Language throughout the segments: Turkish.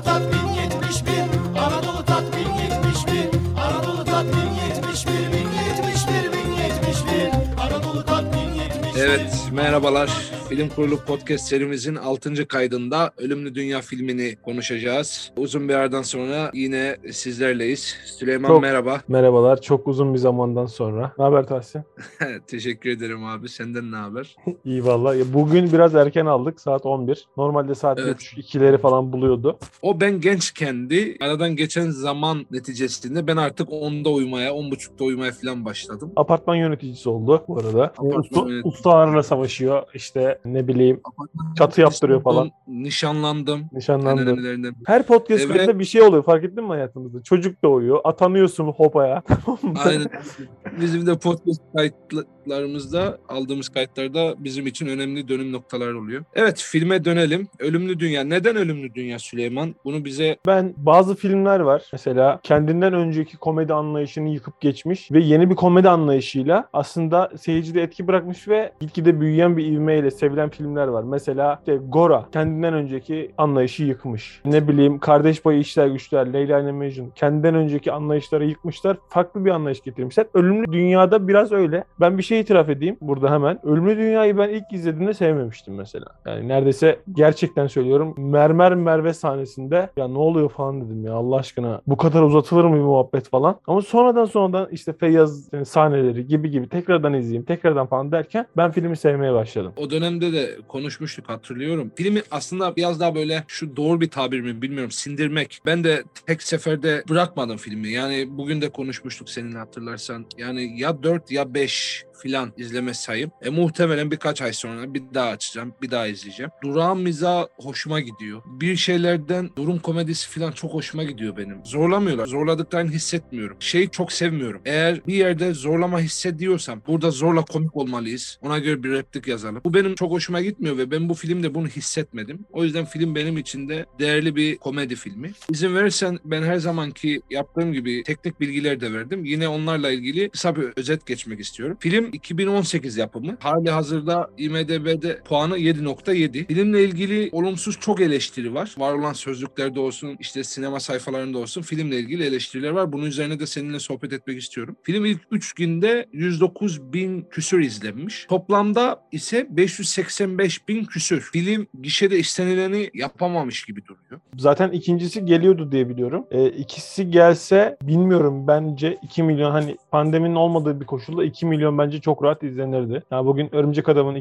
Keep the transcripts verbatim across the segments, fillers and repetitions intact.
Tat bin yetmiş bir, Anadolu Tat bin yetmiş bir, Anadolu Tat bin yetmiş bir, bin yetmiş bir, bin yetmiş bir, Anadolu Tat bin yetmiş bir. Evet, merhabalar. Film Kurulu Podcast serimizin altıncı kaydında Ölümlü Dünya filmini konuşacağız. Uzun bir aradan sonra yine sizlerleyiz. Süleyman Çok merhaba. merhabalar. Çok uzun bir zamandan sonra. Ne haber Tahsin? Teşekkür ederim abi. Senden ne haber? İyi vallahi. Bugün biraz erken aldık. Saat on bir. Normalde saat Evet. bir buçuk ikileri falan buluyordu. O ben gençkendi. Aradan geçen zaman neticesinde ben artık onda uyumaya, on buçukta uyumaya falan başladım. Apartman yöneticisi oldu bu arada. Apartman Usta, yöneticisi. ustalarla savaşıyor. İşte ne bileyim çatı yaptırıyor falan. Nişanlandım. En Nişanlandı. önemlilerinden. Her podcast Evet. kaydında bir şey oluyor. Fark ettin mi hayatımızda? Çocuk doğuyor. Atanıyorsun hopaya. Aynen. Bizim de podcast kayıtlarımızda, aldığımız kayıtlarda bizim için önemli dönüm noktalar oluyor. Evet, filme dönelim. Ölümlü Dünya. Neden Ölümlü Dünya Süleyman? Bunu bize... Ben bazı filmler var. Mesela kendinden önceki komedi anlayışını yıkıp geçmiş ve yeni bir komedi anlayışıyla aslında seyircide etki bırakmış ve gitgide büyüyen bir ivmeyle sevilen filmler var. Mesela işte Gora kendinden önceki anlayışı yıkmış. Ne bileyim Kardeş Payı, İşler Güçler, Leyla ile Mecnun kendinden önceki anlayışları yıkmışlar. Farklı bir anlayış getirmişler. Ölümlü Dünya'da biraz öyle. Ben bir şey itiraf edeyim burada hemen. Ölümlü Dünya'yı ben ilk izlediğimde sevmemiştim mesela. Yani neredeyse gerçekten söylüyorum mermer merve sahnesinde ya ne oluyor falan dedim ya Allah aşkına. Bu kadar uzatılır mı bir muhabbet falan. Ama sonradan sonradan işte Feyyaz sahneleri gibi gibi tekrardan izleyeyim tekrardan falan derken ben filmi sevmeye başladım. O dönemde de konuşmuştuk, hatırlıyorum. Filmi aslında biraz daha böyle, şu doğru bir tabir mi bilmiyorum, sindirmek. Ben de tek seferde bırakmadım filmi. Yani bugün de konuşmuştuk seninle, hatırlarsan. Yani ya dört ya beş filan izleme sayım. E muhtemelen birkaç ay sonra bir daha açacağım, bir daha izleyeceğim. Durağan mizah hoşuma gidiyor. Bir şeylerden durum komedisi filan çok hoşuma gidiyor benim. Zorlamıyorlar. Zorladıklarını hissetmiyorum. Şeyi çok sevmiyorum. Eğer bir yerde zorlama hissediyorsam burada zorla komik olmalıyız. Ona göre bir replik yazalım. Bu benim çok hoşuma gitmiyor ve ben bu filmde bunu hissetmedim. O yüzden film benim için de değerli bir komedi filmi. İzin verirsen ben her zamanki yaptığım gibi teknik bilgiler de verdim. Yine onlarla ilgili kısa bir özet geçmek istiyorum. Film iki bin on sekiz yapımı. Hali hazırda I M D B'de puanı yedi nokta yedi. Filmle ilgili olumsuz çok eleştiri var. Var olan sözlüklerde olsun, işte sinema sayfalarında olsun filmle ilgili eleştiriler var. Bunun üzerine de seninle sohbet etmek istiyorum. Film ilk üç günde yüz dokuz bin küsür izlenmiş. Toplamda ise beş yüz seksen beş bin küsür. Film gişede istenileni yapamamış gibi duruyor. Zaten ikincisi geliyordu diye biliyorum. E, ikisi gelse bilmiyorum bence iki milyon hani pandeminin olmadığı bir koşulda iki milyon bence çok rahat izlenirdi. Yani bugün Örümcek Adam'ın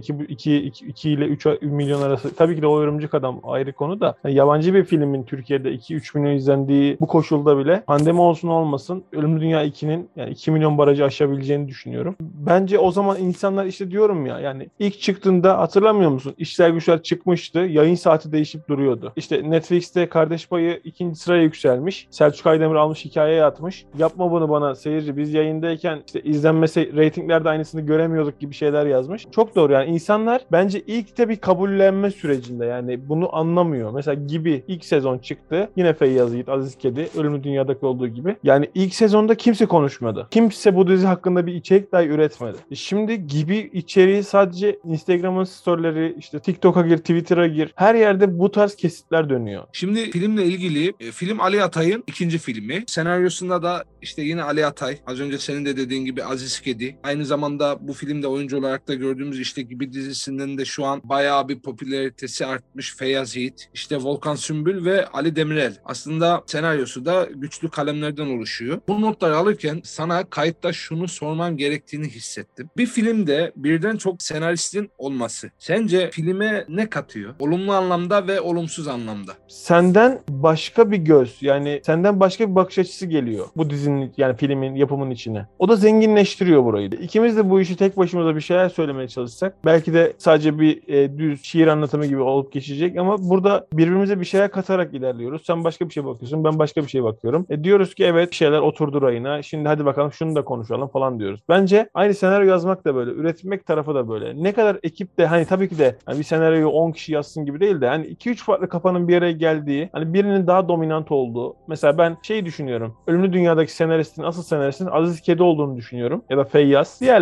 iki ile üç milyon arası tabii ki de o Örümcek Adam ayrı konu da yani yabancı bir filmin Türkiye'de iki üç milyon izlendiği bu koşulda bile pandemi olsun olmasın Ölümlü Dünya ikinin yani iki milyon barajı aşabileceğini düşünüyorum. Bence o zaman insanlar işte diyorum ya yani ilk çıktığında hatırlamıyor musun? İşler Güçler çıkmıştı. Yayın saati değişip duruyordu. İşte Netflix'te Kardeş Payı ikinci sıraya yükselmiş. Selçuk Aydemir almış hikayeye atmış. Yapma bunu bana seyirci. Biz yayındayken işte izlenmesi, reytinglerde aynısını göremiyorduk gibi şeyler yazmış. Çok doğru yani insanlar bence ilk de bir kabullenme sürecinde yani bunu anlamıyor. Mesela Gibi ilk sezon çıktı. Yine Feyyaz Yiğit, Aziz Kedi, Ölümlü Dünya'daki olduğu gibi. Yani ilk sezonda kimse konuşmadı. Kimse bu dizi hakkında bir içerik dahi üretmedi. Şimdi Gibi içeriği sadece Instagram'ın storyleri, işte TikTok'a gir, Twitter'a gir. Her yerde bu tarz kesitler dönüyor. Şimdi filmle ilgili e, film Ali Atay'ın ikinci filmi. Senaryosunda da işte yine Ali Atay. Az önce senin de dediğin gibi Aziz Kedi. Aynı zamanda bu filmde oyuncu olarak da gördüğümüz işte Gibi dizisinden de şu an bayağı bir popülaritesi artmış Feyyaz Yiğit. İşte Volkan Sümbül ve Ali Demirel. Aslında senaryosu da güçlü kalemlerden oluşuyor. Bu notları alırken sana kayıtta şunu sormam gerektiğini hissettim. Bir filmde birden çok senaristin olması sence filme ne katıyor? Olumlu anlamda ve olumsuz anlamda. Senden başka bir göz yani senden başka bir bakış açısı geliyor bu dizinin yani filmin yapımının içine. O da zenginleştiriyor burayı. İkimiz de bu işi tek başımıza bir şeyler söylemeye çalışsak belki de sadece bir e, düz şiir anlatımı gibi olup geçecek ama burada birbirimize bir şeyler katarak ilerliyoruz. Sen başka bir şey bakıyorsun, ben başka bir şey bakıyorum. E, diyoruz ki evet bir şeyler oturdu rayına. Şimdi hadi bakalım şunu da konuşalım falan diyoruz. Bence aynı senaryo yazmak da böyle, üretmek tarafı da böyle. Ne kadar ekip de hani tabii ki de hani bir senaryoyu on kişi yazsın gibi değil de hani iki üç farklı kafanın bir araya geldiği, hani birinin daha dominant olduğu. Mesela ben şeyi düşünüyorum. Ölümlü Dünya'daki senaristin, asıl senaristin Aziz Kedi olduğunu düşünüyorum. Ya da Feyyaz. Diğerleri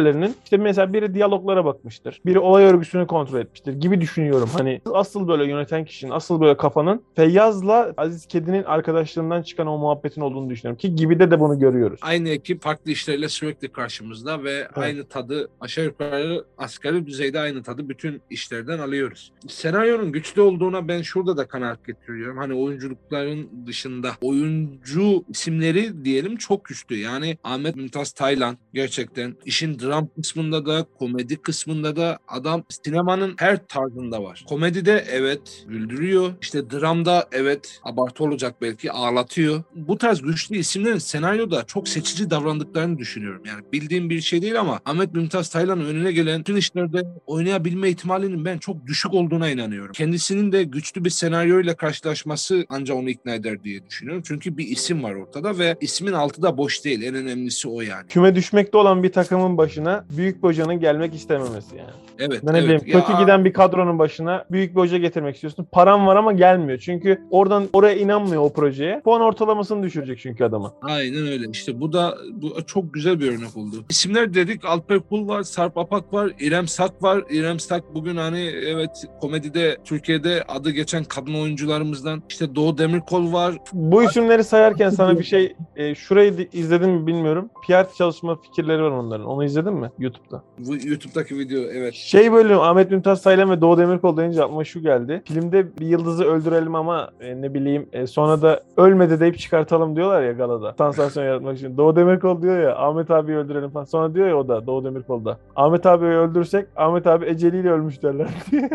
diğerlerinin işte mesela biri diyaloglara bakmıştır. Biri olay örgüsünü kontrol etmiştir gibi düşünüyorum. Hani asıl böyle yöneten kişinin, asıl böyle kafanın Feyyaz'la Aziz Kedi'nin arkadaşlığından çıkan o muhabbetin olduğunu düşünüyorum. Ki Gibi'de de bunu görüyoruz. Aynı ekip farklı işlerle sürekli karşımızda ve evet. aynı tadı aşağı yukarı asgari düzeyde aynı tadı bütün işlerden alıyoruz. Senaryonun güçlü olduğuna ben şurada da kanaat getiriyorum. Hani oyunculukların dışında oyuncu isimleri diyelim çok güçlü. Yani Ahmet Mümtaz Taylan gerçekten işin dram kısmında da komedi kısmında da adam sinemanın her tarzında var. Komedide evet güldürüyor. İşte dramda evet abartı olacak belki ağlatıyor. Bu tarz güçlü isimlerin senaryoda çok seçici davrandıklarını düşünüyorum. Yani bildiğim bir şey değil ama Ahmet Mümtaz Taylan'ın önüne gelen bütün işlerde oynayabilme ihtimalinin ben çok düşük olduğuna inanıyorum. Kendisinin de güçlü bir senaryoyla karşılaşması ancak onu ikna eder diye düşünüyorum. Çünkü bir isim var ortada ve ismin altı da boş değil. En önemlisi o yani. Küme düşmekte olan bir takımın başına büyük bir hocanın gelmek istememesi yani. Evet. Ben ne evet. bileyim, kötü ya... giden bir kadronun başına büyük bir hoca getirmek istiyorsun. Param var ama gelmiyor. Çünkü oradan oraya inanmıyor o projeye. Puan ortalamasını düşürecek çünkü adama. Aynen öyle. İşte bu da bu çok güzel bir örnek oldu. İsimler dedik. Alper Kul var, Sarp Apak var, İrem Sak var. İrem Sak bugün hani evet komedide Türkiye'de adı geçen kadın oyuncularımızdan. İşte Doğu Demirkol var. Bu isimleri sayarken sana bir şey e, şurayı izledin mi bilmiyorum. P R çalışma fikirleri var onların. Onu izledin mi YouTube'da? Bu YouTube'daki video evet. Şey bölüm Ahmet Mümtaz Taylan ve Doğu Demirkol deyince aklıma şu geldi. Filmde bir yıldızı öldürelim ama e, ne bileyim e, sonra da ölmedi deyip çıkartalım diyorlar ya galada. Sansasyon yaratmak için. Doğu Demirkol diyor ya Ahmet abiyi öldürelim falan. Sonra diyor ya o da Doğu Demirkol da. Ahmet abiyi öldürsek Ahmet abi eceliyle ölmüş derler diye.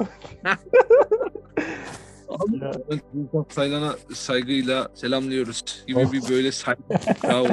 Taylan'a saygıyla selamlıyoruz gibi bir böyle saygı oldu.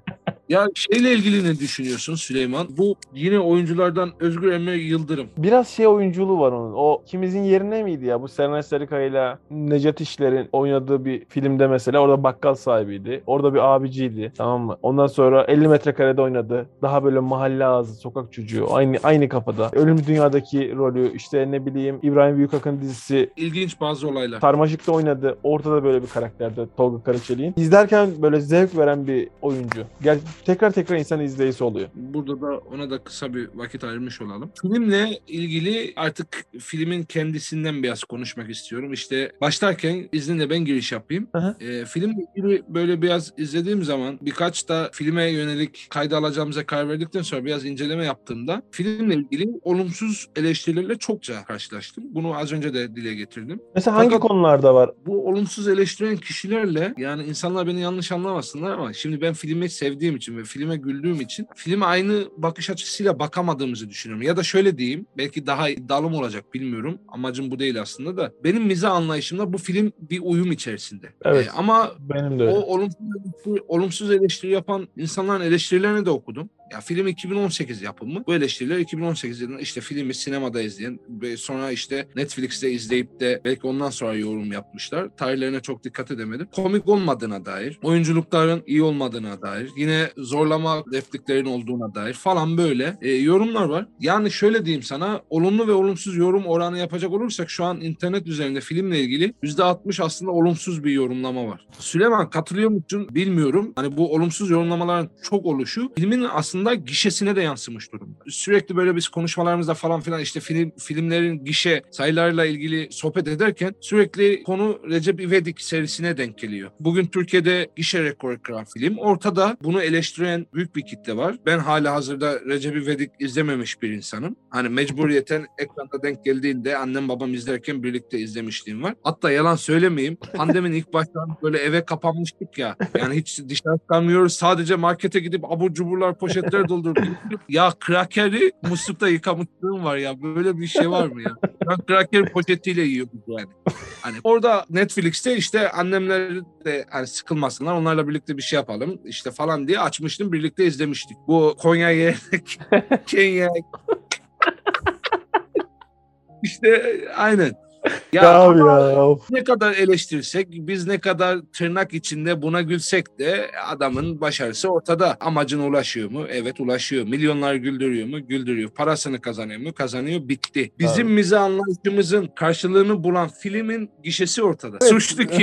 Ya şeyle ilgili ne düşünüyorsun Süleyman? Bu yine oyunculardan Özgür Emre Yıldırım. Biraz şey oyunculuğu var onun. O ikimizin yerine miydi ya? Bu Serenay Sarıkaya'yla Necat İşler'in oynadığı bir filmde mesela. Orada bakkal sahibiydi. Orada bir abiciydi. Tamam mı? Ondan sonra elli metrekarede oynadı. Daha böyle mahalle ağzı, sokak çocuğu. Aynı aynı kafada. Ölüm Dünya'daki rolü. İşte ne bileyim İbrahim Büyükakın dizisi. İlginç bazı olaylar. Sarmaşık'ta oynadı. Ortada böyle bir karakterde Tolga Karaçelik'in. İzlerken böyle zevk veren bir oyuncu. Gel tekrar tekrar insan izleyisi oluyor. Burada da ona da kısa bir vakit ayırmış olalım. Filmle ilgili artık filmin kendisinden biraz konuşmak istiyorum. İşte başlarken izninle ben giriş yapayım. E, filmle ilgili böyle biraz izlediğim zaman birkaç da filme yönelik kayda alacağımıza karar verdikten sonra biraz inceleme yaptığımda filmle ilgili olumsuz eleştirilerle çokça karşılaştım. Bunu az önce de dile getirdim. Mesela hangi Fakat konularda var? bu olumsuz eleştiren kişilerle yani insanlar beni yanlış anlamasınlar ama şimdi ben filmi sevdiğim için ve filme güldüğüm için filme aynı bakış açısıyla bakamadığımızı düşünüyorum. Ya da şöyle diyeyim, belki daha iddialı mı olacak bilmiyorum. Amacım bu değil aslında da. Benim mizah anlayışımda bu film bir uyum içerisinde. Evet. Ee, ama Benim de öyle. o olumsuz eleştiri, olumsuz eleştiri yapan insanların eleştirilerini de okudum. Ya film iki bin on sekiz yapımı. Bu eleştiriler iki bin on sekiz yılında işte filmi sinemada izleyen ve sonra işte Netflix'te izleyip de belki ondan sonra yorum yapmışlar. Tarihlerine çok dikkat edemedim. Komik olmadığına dair, oyunculukların iyi olmadığına dair, yine zorlama repliklerin olduğuna dair falan böyle e, yorumlar var. Yani şöyle diyeyim sana, olumlu ve olumsuz yorum oranı yapacak olursak şu an internet üzerinde filmle ilgili yüzde altmış aslında olumsuz bir yorumlama var. Süleyman katılıyor musun bilmiyorum. Hani bu olumsuz yorumlamaların çok oluşu filmin aslında gişesine de yansımış durumda. Sürekli böyle biz konuşmalarımızda falan filan işte film filmlerin gişe sayılarıyla ilgili sohbet ederken sürekli konu Recep İvedik serisine denk geliyor. Bugün Türkiye'de gişe rekoru kıran film. Ortada bunu eleştiren büyük bir kitle var. Ben hala hazırda Recep İvedik izlememiş bir insanım. Hani mecburiyeten ekranda denk geldiğinde annem babam izlerken birlikte izlemişliğim var. Hatta yalan söylemeyeyim. Pandeminin ilk başlarında böyle eve kapanmıştık ya. Yani hiç dışarı çıkamıyoruz. Sadece markete gidip abur cuburlar poşetler doldurduk. Ya krakeri muslukta yıkamışlığım var ya. Böyle bir şey var mı ya? Ben krakeri poşetiyle yiyordum yani. Hani orada Netflix'te işte annemler de hani sıkılmasınlar. Onlarla birlikte bir şey yapalım işte falan diye açmıştım. Birlikte izlemiştik. Bu Konya yerek Kenya işte aynen. Ya, Ya ama ya, of. ne kadar eleştirsek, biz ne kadar tırnak içinde buna gülsek de adamın başarısı ortada. Amacına ulaşıyor mu? Evet ulaşıyor. Milyonlar güldürüyor mu? Güldürüyor. Parasını kazanıyor mu? Kazanıyor. Bitti. Bizim Abi. mizah anlayışımızın karşılığını bulan filmin gişesi ortada. Suçlu kim?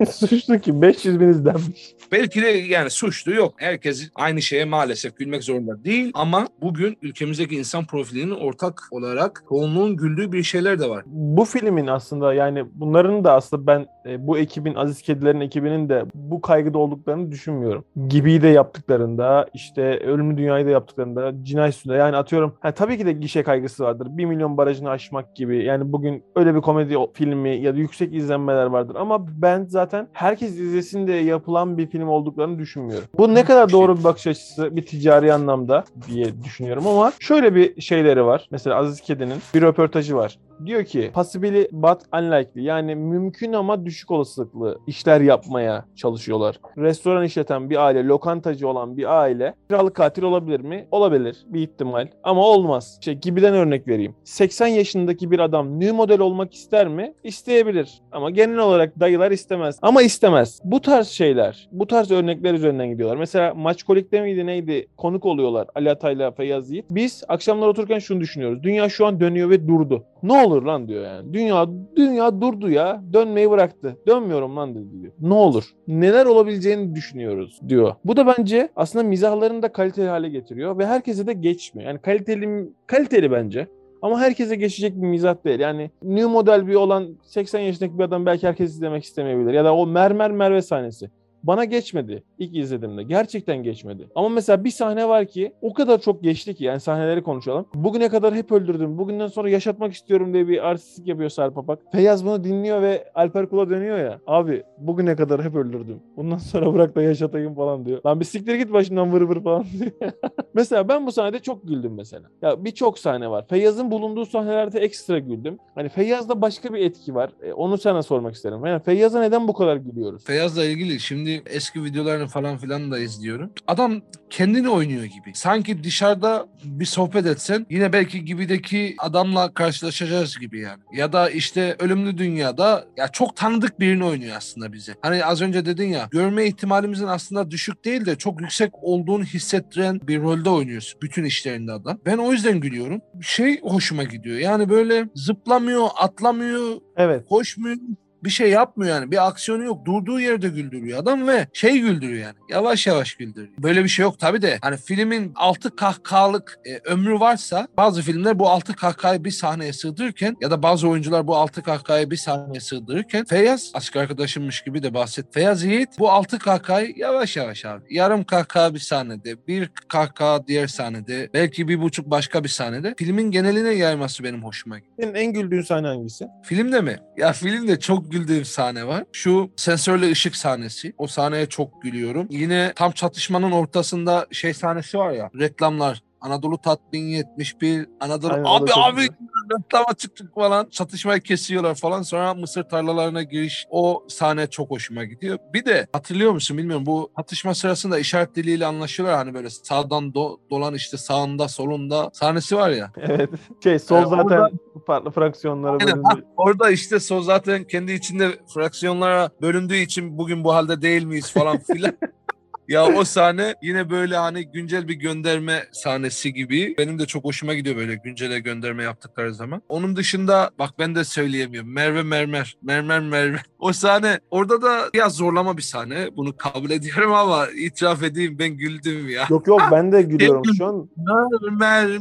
Suçlu ki beş yüz bin izlenmiş. Belki de yani suçlu yok. Herkes aynı şeye maalesef gülmek zorunda değil ama bugün ülkemizdeki insan profilinin ortak olarak çoğunluğun güldüğü bir şeyler de var. Bu filmin aslında yani bunların da aslında ben e, bu ekibin, Aziz Kediler'in ekibinin de bu kaygıda olduklarını düşünmüyorum. Gibi'yi de yaptıklarında, işte Ölümlü Dünya'yı da yaptıklarında, Cinayet Süsü'nde yani atıyorum. Ha, tabii ki de gişe kaygısı vardır. Bir milyon barajını aşmak gibi. Yani bugün öyle bir komedi filmi ya da yüksek izlenmeler vardır. Ama ben zaten herkes izlesin diye yapılan bir film olduklarını düşünmüyorum. Bu ne kadar doğru bir bakış açısı bir ticari anlamda diye düşünüyorum ama şöyle bir şeyleri var. Mesela Aziz Kedi'nin bir röportajı var. Diyor ki possibly but unlikely yani mümkün ama düşük olasılıklı işler yapmaya çalışıyorlar. Restoran işleten bir aile, lokantacı olan bir aile kiralık katil olabilir mi? Olabilir bir ihtimal ama olmaz. Şey Gibi'den örnek vereyim. seksen yaşındaki bir adam new model olmak ister mi? İsteyebilir ama genel olarak dayılar istemez. Ama istemez. Bu tarz şeyler, bu tarz örnekler üzerinden gidiyorlar. Mesela Maçkolik'te miydi neydi? Konuk oluyorlar Ali Atay'la Feyyaz Yiğit. Biz akşamlar otururken şunu düşünüyoruz. Dünya şu an dönüyor ve durdu. Ne olur lan diyor yani. Dünya dünya durdu ya. Dönmeyi bıraktı. Dönmüyorum lan dedi diyor. Ne olur? Neler olabileceğini düşünüyoruz diyor. Bu da bence aslında mizahlarını da kaliteli hale getiriyor ve herkese de geçmiyor. Yani kaliteli kaliteli bence. Ama herkese geçecek bir mizah değil. Yani new model bir olan seksen yaşındaki bir adam belki herkes izlemek istemeyebilir. Ya da o Mermer Merve sahnesi. Bana geçmedi ilk izlediğimde. Gerçekten geçmedi. Ama mesela bir sahne var ki o kadar çok geçti ki yani sahneleri konuşalım. Bugüne kadar hep öldürdüm. Bugünden sonra yaşatmak istiyorum diye bir artistlik yapıyor Sarp Apak. Feyyaz bunu dinliyor ve Alper Kul'a dönüyor ya. Abi bugüne kadar hep öldürdüm. Bundan sonra bırak da yaşatayım falan diyor. Lan bir siktir git başından vır vır falan diyor. Mesela ben bu sahnede çok güldüm mesela. Ya birçok sahne var. Feyyaz'ın bulunduğu sahnelerde ekstra güldüm. Hani Feyyaz'da başka bir etki var. E, onu sana sormak isterim. Yani Feyyaz'a neden bu kadar gülüyoruz? Feyyaz'la ilgili şimdi eski videolarını falan filan da izliyorum. Adam kendini oynuyor gibi. Sanki dışarıda bir sohbet etsen yine belki Gibi'deki adamla karşılaşacağız gibi yani. Ya da işte Ölümlü Dünya'da ya çok tanıdık birini oynuyor aslında bize. Hani az önce dedin ya görme ihtimalimizin aslında düşük değil de çok yüksek olduğunu hissettiren bir rolde oynuyorsun. Bütün işlerinde adam. Ben o yüzden gülüyorum. Şey hoşuma gidiyor. Yani böyle zıplamıyor, atlamıyor, Evet. koşmuyor. Bir şey yapmıyor yani. Bir aksiyonu yok. Durduğu yerde güldürüyor adam ve şey güldürüyor yani. Yavaş yavaş güldürüyor. Böyle bir şey yok tabii de. Hani filmin altı kahkahalık e, ömrü varsa bazı filmler bu altı kahkahayı bir sahneye sığdırırken ya da bazı oyuncular bu altı kahkahayı bir sahneye sığdırırken Feyyaz aşk arkadaşımmış gibi de bahset. Feyyaz Yiğit bu altı kahkahayı yavaş yavaş abi. Yarım kahkaha bir sahnede, bir kahkaha diğer sahnede, belki bir buçuk başka bir sahnede filmin geneline yayması benim hoşuma gidiyor. Senin en güldüğün sahne hangisi? Filmde mi? Ya filmde çok güldüğüm sahne var. Şu sensörlü ışık sahnesi. O sahneye çok gülüyorum. Yine tam çatışmanın ortasında şey sahnesi var ya. Reklamlar. Anadolu Tat bin yetmiş bir. Anadolu Aynen, o da abi çok abi güzel. reklama çıktık falan. Çatışmayı kesiyorlar falan. Sonra mısır tarlalarına giriş. O sahne çok hoşuma gidiyor. Bir de hatırlıyor musun bilmiyorum. Bu atışma sırasında işaret diliyle anlaşıyorlar. Hani böyle sağdan do- dolan işte sağında solunda sahnesi var ya. Evet. Şey sol Ee, zaten orada- farklı fraksiyonlara Aynen, bölündü. ha, orada işte Sol zaten kendi içinde fraksiyonlara bölündüğü için bugün bu halde değil miyiz falan filan. Ya o sahne yine böyle hani güncel bir gönderme sahnesi gibi. Benim de çok hoşuma gidiyor böyle güncele gönderme yaptıkları zaman. Onun dışında bak ben de söyleyemiyorum. Merve Mermer. Mermer Merve. O sahne orada da biraz zorlama bir sahne. Bunu kabul ediyorum ama itiraf edeyim ben güldüm ya. Yok yok ben de gülüyorum şu an. Mermer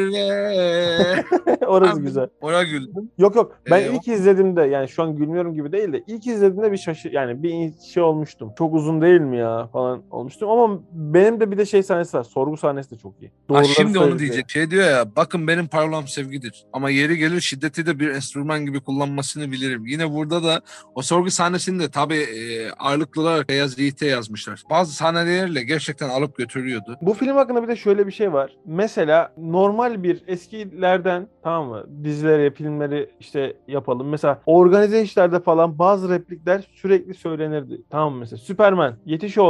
Merve. Orası güzel. Oraya güldüm. Yok yok ben Ee, ilk izlediğimde yani şu an gülmüyorum gibi değil de ilk izlediğimde bir şaşır yani bir şey olmuştum. Çok uzun değil mi ya falan olmuştum ama benim de bir de şey sahnesi var. Sorgu sahnesi de çok iyi. Ha, Doğruları şimdi onu söyledi. diyecek. Şey diyor ya bakın benim parlam sevgidir. Ama yeri gelir şiddeti de bir enstrüman gibi kullanmasını bilirim. Yine burada da o sorgu sahnesinde tabii e, ağırlıklı olarak Beyaz Yiğit'e yazmışlar. Bazı sahnelerle gerçekten alıp götürüyordu. Bu film hakkında bir de şöyle bir şey var. Mesela normal bir eskilerden tamam mı dizileri, filmleri işte yapalım. Mesela organize işlerde falan bazı replikler sürekli söylenirdi. Tamam mı mesela Süperman, Yetiş Oğlum bir sürü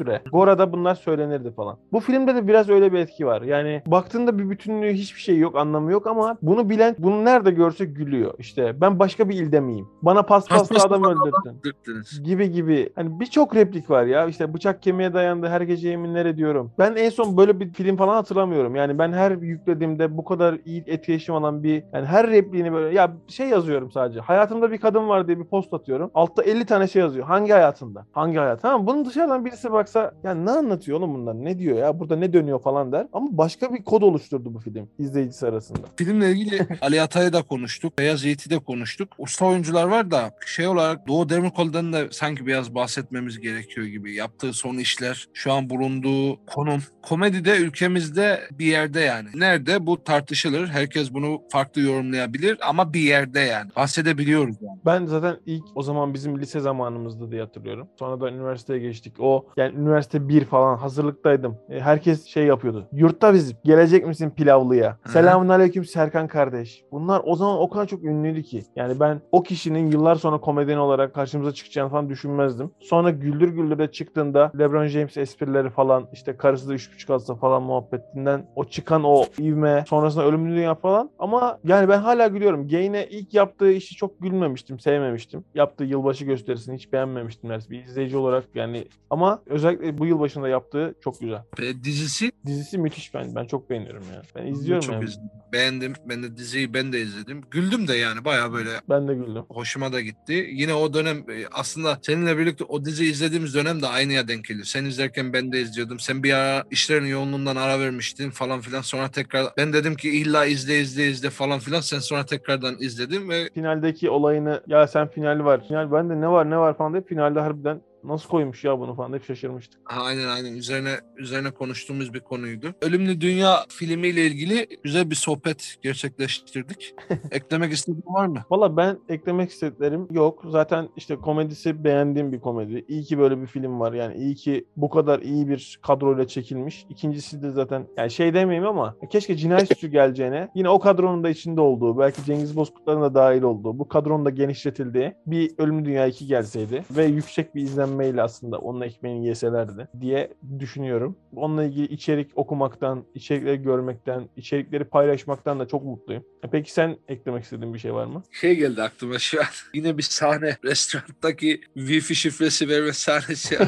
süre. Gora'da bunlar söylenirdi falan. Bu filmde de biraz öyle bir etki var. Yani baktığında bir bütünlüğü, hiçbir şey yok, anlamı yok ama bunu bilen, bunu nerede görse gülüyor. İşte ben başka bir ilde miyim? Bana paspasla adam öldürdün. Dürttünüz. Gibi gibi. Hani birçok replik var ya. İşte bıçak kemiğe dayandı, her gece yeminler ediyorum. Ben en son böyle bir film falan hatırlamıyorum. Yani ben her yüklediğimde bu kadar iyi etkileşim alan bir, yani her repliğini böyle, ya şey yazıyorum sadece. Hayatımda bir kadın var diye bir post atıyorum. Altta elli tane şey yazıyor. Hangi hayatında? Hangi hayat? Tamam, bunun dışarıdan birisi baksa ya ne anlatıyor oğlum bunlar? Ne diyor ya? Burada ne dönüyor falan der. Ama başka bir kod oluşturdu bu film izleyicisi arasında. Filmle ilgili Ali Atay'ı da konuştuk. Beyaz Yiğit'i de konuştuk. Usta oyuncular var da şey olarak Doğu Demirkol'dan da sanki biraz bahsetmemiz gerekiyor gibi. Yaptığı son işler, şu an bulunduğu konum. Komedide ülkemizde bir yerde yani. Nerede? Bu tartışılır. Herkes bunu farklı yorumlayabilir ama bir yerde yani. Bahsedebiliyoruz yani. Ben zaten ilk o zaman bizim lise zamanımızdı diye hatırlıyorum. Sonra da üniversiteye geçtik. O yani üniversite bir falan hazırlıktaydım. E, herkes şey yapıyordu. Yurtta biz gelecek misin pilavlıya? Hı. Selamun aleyküm Serkan kardeş. Bunlar o zaman o kadar çok ünlüydü ki. Yani ben o kişinin yıllar sonra komedyen olarak karşımıza çıkacağını falan düşünmezdim. Sonra Güldür Güldür'e çıktığında LeBron James esprileri falan, işte karısı da üç buçuk alsa falan muhabbetinden o çıkan o ivme, sonrasında Ölümlü Dünya falan. Ama yani ben hala gülüyorum. Gain'e ilk yaptığı işi çok gülmemiştim, sevmemiştim. Yaptığı yılbaşı gösterisini hiç beğenmemiştim dersi bir izleyici olarak yani. Ama özellikle bu yılbaşında yaptığı çok güzel. Ve dizisi Dizisi müthiş, ben ben çok beğeniyorum ya. Ben ben izliyorum çok yani. izledim. Beğendim. Ben de diziyi ben de izledim. Güldüm de yani bayağı böyle Ben de güldüm. hoşuma da gitti. Yine o dönem e, aslında seninle birlikte o dizi izlediğimiz dönem de aynıya denk geliyor. Sen izlerken ben de izliyordum. Sen bir ara işlerin yoğunluğundan ara vermiştin falan filan. Sonra tekrar ben dedim ki illa izle izle izle falan filan. Sen sonra tekrardan izledin ve Finaldeki olayını, ya sen final var. Final bende ne var ne var falan deyip finalde harbiden nasıl koymuş ya bunu falan deyip şaşırmıştık. Ha, aynen aynen üzerine üzerine konuştuğumuz bir konuydu. Ölümlü Dünya filmiyle ilgili güzel bir sohbet gerçekleştirdik. Eklemek istediğin var mı? Valla ben eklemek istediklerim yok. Zaten işte komedisi beğendiğim bir komedi. İyi ki böyle bir film var. Yani iyi ki bu kadar iyi bir kadroyla çekilmiş. İkincisi de zaten yani şey demeyeyim ama keşke Cinayet Süsü geleceğine yine o kadronun da içinde olduğu, belki Cengiz Bozkurtların da dahil olduğu, bu kadronun da genişletildiği bir Ölümlü Dünya iki gelseydi ve yüksek bir izlenmeyle aslında onun ekmeğini yeselerdi diye düşünüyorum. Onunla ilgili içerik okumaktan, içerikleri görmekten, içerikleri paylaşmaktan da çok mutluyum. E Peki sen eklemek istediğin bir şey var mı? Şey geldi aklıma şu an. Yine bir sahne. Restoranttaki Wi-Fi şifresi verme sahnesi.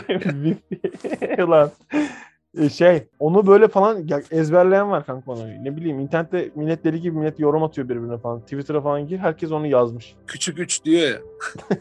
Ulan e, şey onu böyle falan ya ezberleyen var kanka onu. Ne bileyim internette millet deli gibi millet yorum atıyor birbirine falan. Twitter'a falan gir, herkes onu yazmış. Küçük üç diyor ya.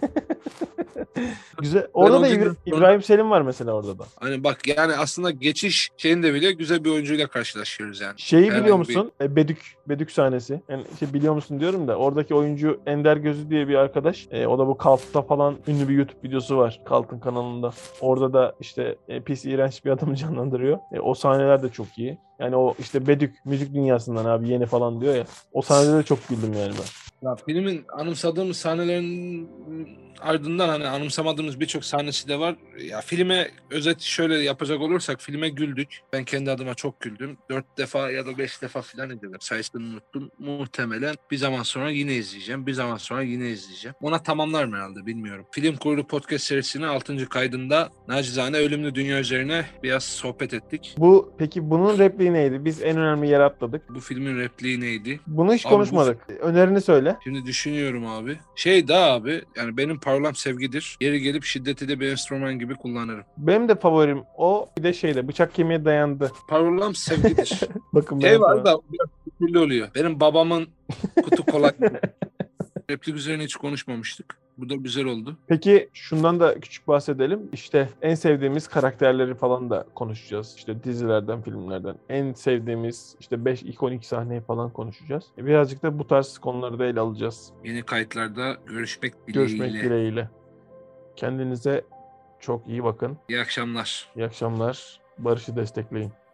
Güzel. Orada o da gün- İbra- İbrahim Selim var mesela orada da. Hani bak yani aslında geçiş şeyinde bile güzel bir oyuncuyla karşılaşıyoruz yani. Şeyi Herhangi biliyor bir- musun? E, Bedük. Bedük sahnesi. Yani işte biliyor musun diyorum da oradaki oyuncu Ender Gözü diye bir arkadaş. E, o da bu Kalt'ta falan ünlü bir YouTube videosu var. Kalt'ın kanalında. Orada da işte e, pis iğrenç bir adamı canlandırıyor. E, o sahneler de çok iyi. Yani o işte Bedük müzik dünyasından abi yeni falan diyor ya. O sahnede de çok güldüm yani ben. Ya filmin anımsadığımız sahnelerin ardından hani anımsamadığımız birçok sahnesi de var. Ya filme özet şöyle yapacak olursak filme güldük. Ben kendi adıma çok güldüm. Dört defa ya da beş defa falan izledim. Sayısını unuttum. Muhtemelen bir zaman sonra yine izleyeceğim. Bir zaman sonra yine izleyeceğim. Ona tamamlarım herhalde bilmiyorum. Film Kurulu Podcast serisinin altıncı kaydında nacizane Ölümlü Dünya üzerine biraz sohbet ettik. Bu peki bunun repliği neydi? Biz en önemli yere atladık. Bu filmin repliği neydi? Bunu hiç Abi bu- konuşmadık. Önerini söyle. Şimdi düşünüyorum abi. Şey daha abi yani benim parolam sevgidir. Yeri gelip şiddeti de bir enstrüman gibi kullanırım. Benim de favorim o. Bir de şeyde bıçak kemiğe dayandı. Parolam sevgidir. Bakın ben Şey var sana- da biraz şekilli oluyor. Benim babamın kutu kola. Replik üzerine hiç konuşmamıştık. Bu da güzel oldu. Peki şundan da küçük bahsedelim. İşte en sevdiğimiz karakterleri falan da konuşacağız. İşte dizilerden, filmlerden. En sevdiğimiz işte beş ikonik sahneyi falan konuşacağız. E, Birazcık da bu tarz konuları da ele alacağız. Yeni kayıtlarda görüşmek dileğiyle. Görüşmek dileğiyle. Kendinize çok iyi bakın. İyi akşamlar. İyi akşamlar. Barış'ı destekleyin.